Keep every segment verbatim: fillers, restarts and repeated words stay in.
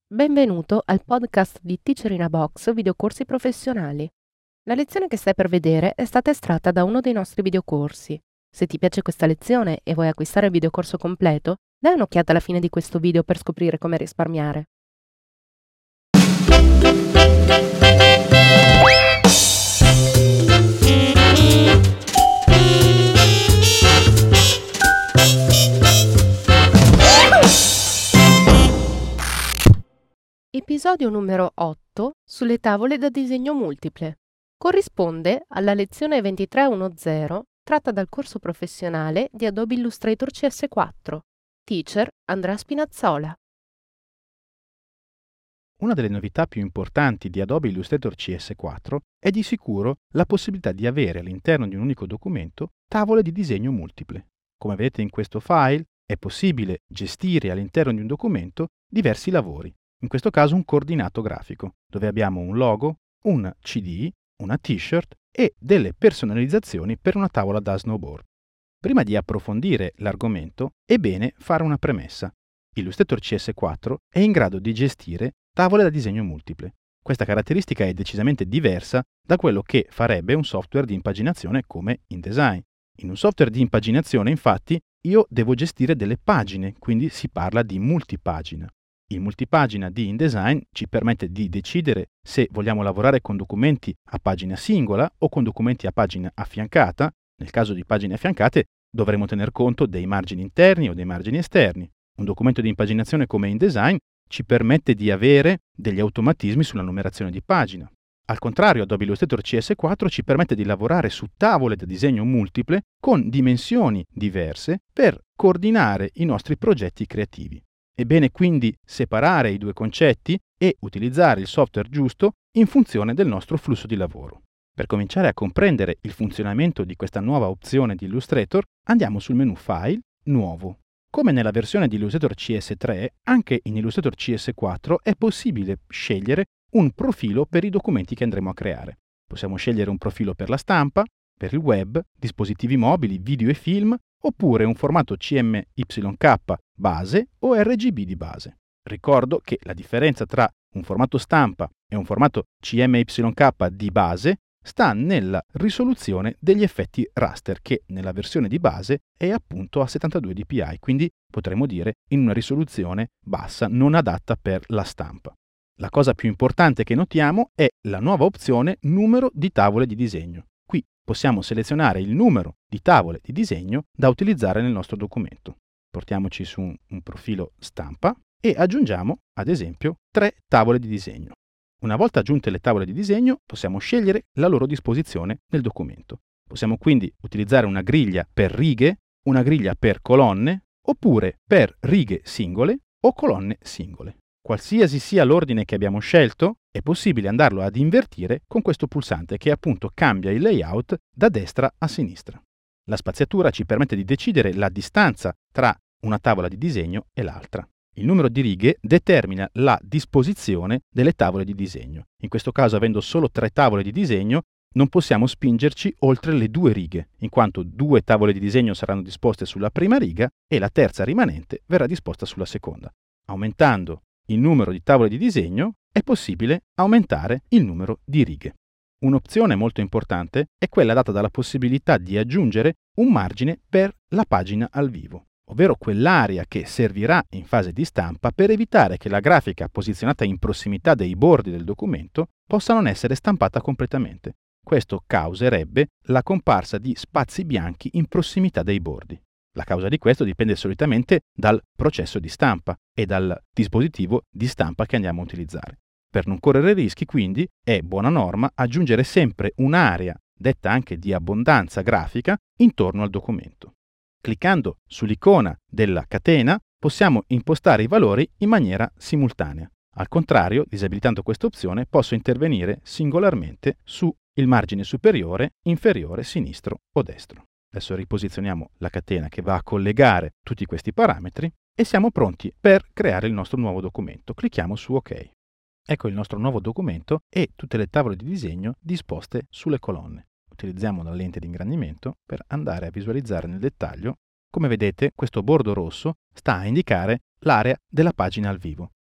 Benvenuto al podcast di Teacher in a Box videocorsi professionali. La lezione che stai per vedere è stata estratta da uno dei nostri videocorsi. Se ti piace questa lezione e vuoi acquistare il videocorso completo, dai un'occhiata alla fine di questo video per scoprire come risparmiare. Episodio numero otto sulle tavole da disegno multiple. Corrisponde alla lezione ventitré diciannove tratta dal corso professionale di Adobe Illustrator C S quattro. Teacher Andrea Spinazzola. Una delle novità più importanti di Adobe Illustrator C S quattro è di sicuro la possibilità di avere all'interno di un unico documento tavole di disegno multiple. Come vedete in questo file, è possibile gestire all'interno di un documento diversi lavori. In questo caso un coordinato grafico, dove abbiamo un logo, un C D, una t-shirt e delle personalizzazioni per una tavola da snowboard. Prima di approfondire l'argomento, è bene fare una premessa. Illustrator C S quattro è in grado di gestire tavole da disegno multiple. Questa caratteristica è decisamente diversa da quello che farebbe un software di impaginazione come InDesign. In un software di impaginazione, infatti, io devo gestire delle pagine, quindi si parla di multipagina. Il multipagina di InDesign ci permette di decidere se vogliamo lavorare con documenti a pagina singola o con documenti a pagina affiancata. Nel caso di pagine affiancate dovremo tener conto dei margini interni o dei margini esterni. Un documento di impaginazione come InDesign ci permette di avere degli automatismi sulla numerazione di pagina. Al contrario, Adobe Illustrator C S quattro ci permette di lavorare su tavole da disegno multiple con dimensioni diverse per coordinare i nostri progetti creativi. È bene quindi separare i due concetti e utilizzare il software giusto in funzione del nostro flusso di lavoro. Per cominciare a comprendere il funzionamento di questa nuova opzione di Illustrator, andiamo sul menu File, Nuovo. Come nella versione di Illustrator C S tre, anche in Illustrator C S quattro è possibile scegliere un profilo per i documenti che andremo a creare. Possiamo scegliere un profilo per la stampa, per il web, dispositivi mobili, video e film, oppure un formato C M Y K base o R G B di base. Ricordo che la differenza tra un formato stampa e un formato C M Y K di base sta nella risoluzione degli effetti raster, che nella versione di base è appunto a settantadue dpi, quindi potremmo dire in una risoluzione bassa, non adatta per la stampa. La cosa più importante che notiamo è la nuova opzione numero di tavole di disegno. Qui possiamo selezionare il numero di tavole di disegno da utilizzare nel nostro documento. Portiamoci su un, un profilo stampa e aggiungiamo, ad esempio, tre tavole di disegno. Una volta aggiunte le tavole di disegno, possiamo scegliere la loro disposizione nel documento. Possiamo quindi utilizzare una griglia per righe, una griglia per colonne, oppure per righe singole o colonne singole. Qualsiasi sia l'ordine che abbiamo scelto, è possibile andarlo ad invertire con questo pulsante che appunto cambia il layout da destra a sinistra. La spaziatura ci permette di decidere la distanza tra una tavola di disegno e l'altra. Il numero di righe determina la disposizione delle tavole di disegno. In questo caso, avendo solo tre tavole di disegno, non possiamo spingerci oltre le due righe, in quanto due tavole di disegno saranno disposte sulla prima riga e la terza rimanente verrà disposta sulla seconda. Aumentando il numero di tavole di disegno è possibile aumentare il numero di righe. Un'opzione molto importante è quella data dalla possibilità di aggiungere un margine per la pagina al vivo, ovvero quell'area che servirà in fase di stampa per evitare che la grafica posizionata in prossimità dei bordi del documento possa non essere stampata completamente. Questo causerebbe la comparsa di spazi bianchi in prossimità dei bordi. La causa di questo dipende solitamente dal processo di stampa e dal dispositivo di stampa che andiamo a utilizzare. Per non correre rischi, quindi, è buona norma aggiungere sempre un'area, detta anche di abbondanza grafica, intorno al documento. Cliccando sull'icona della catena, possiamo impostare i valori in maniera simultanea. Al contrario, disabilitando questa opzione, posso intervenire singolarmente su il margine superiore, inferiore, sinistro o destro. Adesso riposizioniamo la catena che va a collegare tutti questi parametri e siamo pronti per creare il nostro nuovo documento. Clicchiamo su OK. Ecco il nostro nuovo documento e tutte le tavole di disegno disposte sulle colonne. Utilizziamo la lente di ingrandimento per andare a visualizzare nel dettaglio. Come vedete, questo bordo rosso sta a indicare l'area della pagina al vivo.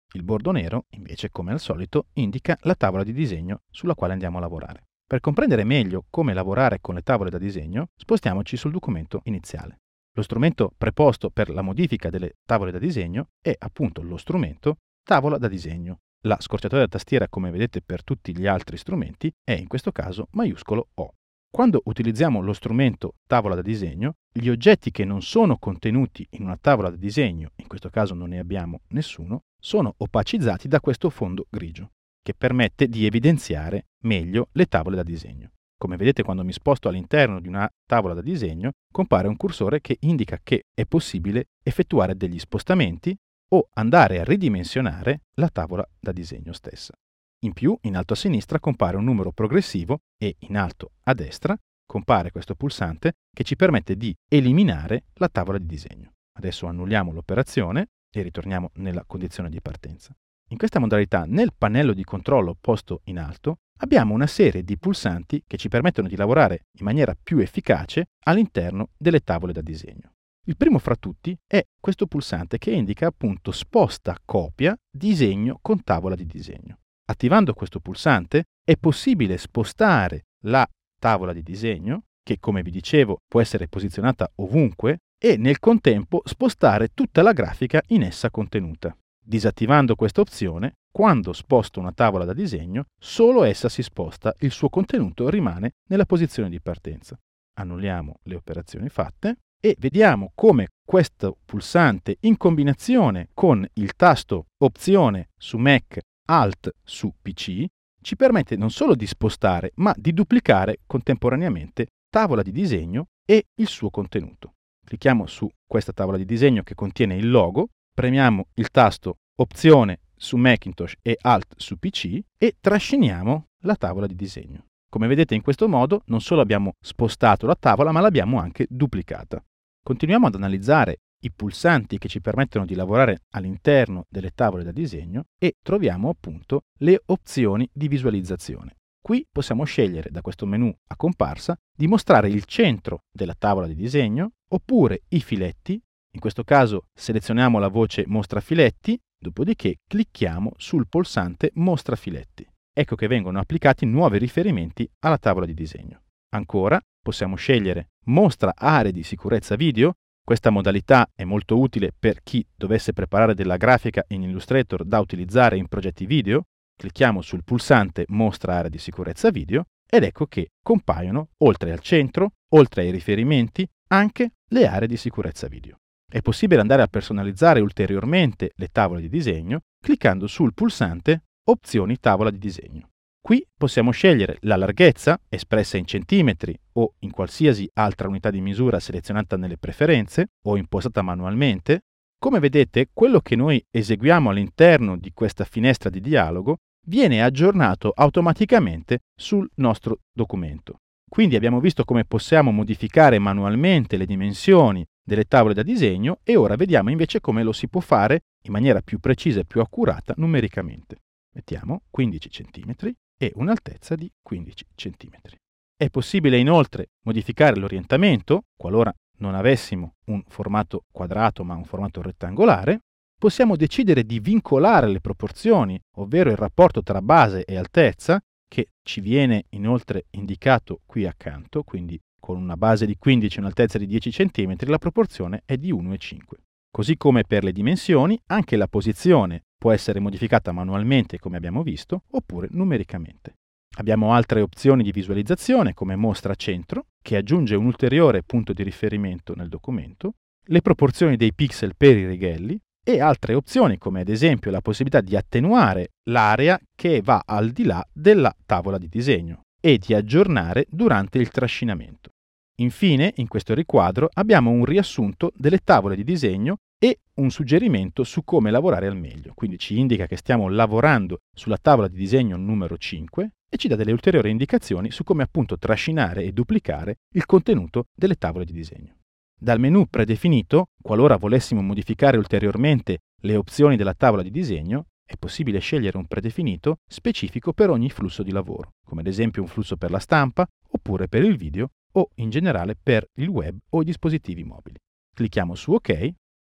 Il bordo nero, invece, come al solito, indica la tavola di disegno sulla quale andiamo a lavorare. Per comprendere meglio come lavorare con le tavole da disegno, spostiamoci sul documento iniziale. Lo strumento preposto per la modifica delle tavole da disegno è appunto lo strumento tavola da disegno. La scorciatoia da tastiera, come vedete per tutti gli altri strumenti, è in questo caso maiuscolo O. Quando utilizziamo lo strumento tavola da disegno, gli oggetti che non sono contenuti in una tavola da disegno, in questo caso non ne abbiamo nessuno, sono opacizzati da questo fondo grigio, che permette di evidenziare meglio le tavole da disegno. Come vedete, quando mi sposto all'interno di una tavola da disegno, compare un cursore che indica che è possibile effettuare degli spostamenti o andare a ridimensionare la tavola da disegno stessa. In più, in alto a sinistra compare un numero progressivo e in alto a destra compare questo pulsante che ci permette di eliminare la tavola di disegno. Adesso annulliamo l'operazione e ritorniamo nella condizione di partenza. In questa modalità, nel pannello di controllo posto in alto, abbiamo una serie di pulsanti che ci permettono di lavorare in maniera più efficace all'interno delle tavole da disegno. Il primo fra tutti è questo pulsante che indica appunto sposta copia disegno con tavola di disegno. Attivando questo pulsante è possibile spostare la tavola di disegno, che come vi dicevo può essere posizionata ovunque, e nel contempo spostare tutta la grafica in essa contenuta. Disattivando questa opzione, quando sposto una tavola da disegno, solo essa si sposta, il suo contenuto rimane nella posizione di partenza. Annulliamo le operazioni fatte e vediamo come questo pulsante in combinazione con il tasto Opzione su Mac, Alt su P C, ci permette non solo di spostare, ma di duplicare contemporaneamente tavola di disegno e il suo contenuto. Clicchiamo su questa tavola di disegno che contiene il logo, premiamo il tasto Opzione su Macintosh e Alt su P C e trasciniamo la tavola di disegno. Come vedete, in questo modo non solo abbiamo spostato la tavola, ma l'abbiamo anche duplicata. Continuiamo ad analizzare i pulsanti che ci permettono di lavorare all'interno delle tavole da disegno e troviamo appunto le opzioni di visualizzazione. Qui possiamo scegliere da questo menu a comparsa di mostrare il centro della tavola di disegno oppure i filetti. In questo caso selezioniamo la voce Mostra filetti, dopodiché clicchiamo sul pulsante Mostra filetti. Ecco che vengono applicati nuovi riferimenti alla tavola di disegno. Ancora possiamo scegliere Mostra aree di sicurezza video. Questa modalità è molto utile per chi dovesse preparare della grafica in Illustrator da utilizzare in progetti video. Clicchiamo sul pulsante Mostra area di sicurezza video ed ecco che compaiono, oltre al centro, oltre ai riferimenti, anche le aree di sicurezza video. È possibile andare a personalizzare ulteriormente le tavole di disegno cliccando sul pulsante Opzioni tavola di disegno. Qui possiamo scegliere la larghezza, espressa in centimetri o in qualsiasi altra unità di misura selezionata nelle preferenze o impostata manualmente. Come vedete, quello che noi eseguiamo all'interno di questa finestra di dialogo viene aggiornato automaticamente sul nostro documento. Quindi abbiamo visto come possiamo modificare manualmente le dimensioni delle tavole da disegno e ora vediamo invece come lo si può fare in maniera più precisa e più accurata numericamente. Mettiamo quindici centimetri e un'altezza di quindici centimetri. È possibile inoltre modificare l'orientamento, qualora non avessimo un formato quadrato ma un formato rettangolare. Possiamo decidere di vincolare le proporzioni, ovvero il rapporto tra base e altezza, che ci viene inoltre indicato qui accanto, quindi con una base di quindici e un'altezza di dieci centimetri, la proporzione è di uno virgola cinque. Così come per le dimensioni, anche la posizione può essere modificata manualmente, come abbiamo visto, oppure numericamente. Abbiamo altre opzioni di visualizzazione, come Mostra centro, che aggiunge un ulteriore punto di riferimento nel documento, le proporzioni dei pixel per i righelli, e altre opzioni, come ad esempio la possibilità di attenuare l'area che va al di là della tavola di disegno e di aggiornare durante il trascinamento. Infine, in questo riquadro abbiamo un riassunto delle tavole di disegno e un suggerimento su come lavorare al meglio. Quindi ci indica che stiamo lavorando sulla tavola di disegno numero cinque e ci dà delle ulteriori indicazioni su come appunto trascinare e duplicare il contenuto delle tavole di disegno. Dal menu predefinito, qualora volessimo modificare ulteriormente le opzioni della tavola di disegno, è possibile scegliere un predefinito specifico per ogni flusso di lavoro, come ad esempio un flusso per la stampa, oppure per il video, o in generale per il web o i dispositivi mobili. Clicchiamo su OK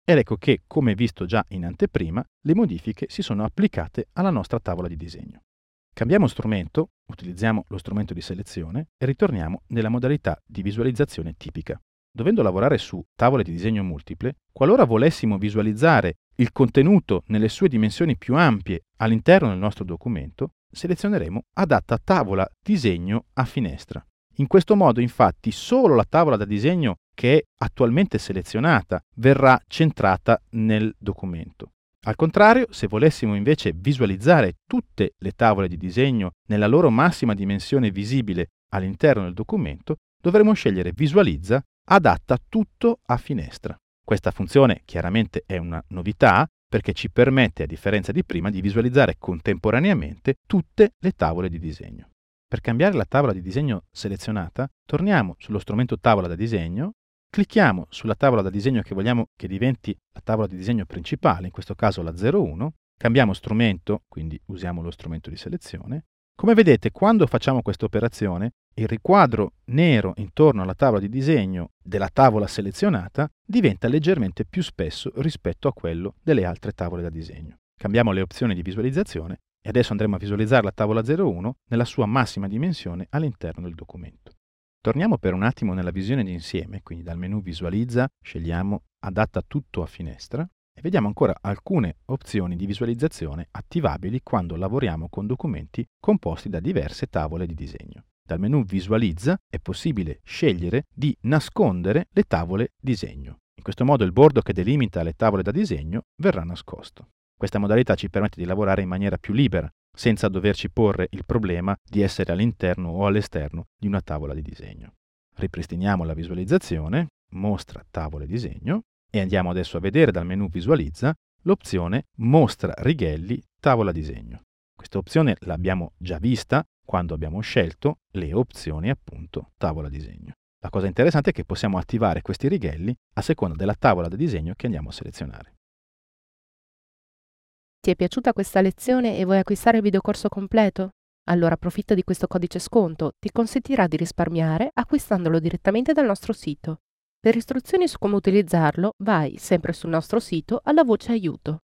Ed ecco che, come visto già in anteprima, le modifiche si sono applicate alla nostra tavola di disegno. Cambiamo strumento, utilizziamo lo strumento di selezione e ritorniamo nella modalità di visualizzazione tipica. Dovendo lavorare su tavole di disegno multiple, qualora volessimo visualizzare il contenuto nelle sue dimensioni più ampie all'interno del nostro documento, selezioneremo Adatta tavola disegno a finestra. In questo modo, infatti, solo la tavola da disegno che è attualmente selezionata verrà centrata nel documento. Al contrario, se volessimo invece visualizzare tutte le tavole di disegno nella loro massima dimensione visibile all'interno del documento, dovremo scegliere Visualizza, Adatta tutto a finestra. Questa funzione chiaramente è una novità perché ci permette, a differenza di prima, di visualizzare contemporaneamente tutte le tavole di disegno. Per cambiare la tavola di disegno selezionata, torniamo sullo strumento Tavola da disegno, clicchiamo sulla tavola da disegno che vogliamo che diventi la tavola di disegno principale, in questo caso la zero uno, cambiamo strumento, quindi usiamo lo strumento di selezione. Come vedete, quando facciamo questa operazione, il riquadro nero intorno alla tavola di disegno della tavola selezionata diventa leggermente più spesso rispetto a quello delle altre tavole da disegno. Cambiamo le opzioni di visualizzazione e adesso andremo a visualizzare la tavola zero uno nella sua massima dimensione all'interno del documento. Torniamo per un attimo nella visione d'insieme, quindi dal menu Visualizza scegliamo Adatta tutto a finestra e vediamo ancora alcune opzioni di visualizzazione attivabili quando lavoriamo con documenti composti da diverse tavole di disegno. Dal menu Visualizza è possibile scegliere di nascondere le tavole disegno. In questo modo il bordo che delimita le tavole da disegno verrà nascosto. Questa modalità ci permette di lavorare in maniera più libera, senza doverci porre il problema di essere all'interno o all'esterno di una tavola di disegno. Ripristiniamo la visualizzazione, Mostra tavole disegno, e andiamo adesso a vedere dal menu Visualizza l'opzione Mostra righelli tavola disegno. Questa opzione l'abbiamo già vista quando abbiamo scelto le opzioni appunto tavola disegno. La cosa interessante è che possiamo attivare questi righelli a seconda della tavola da disegno che andiamo a selezionare. Ti è piaciuta questa lezione e vuoi acquistare il videocorso completo? Allora approfitta di questo codice sconto, ti consentirà di risparmiare acquistandolo direttamente dal nostro sito. Per istruzioni su come utilizzarlo, vai sempre sul nostro sito alla voce aiuto.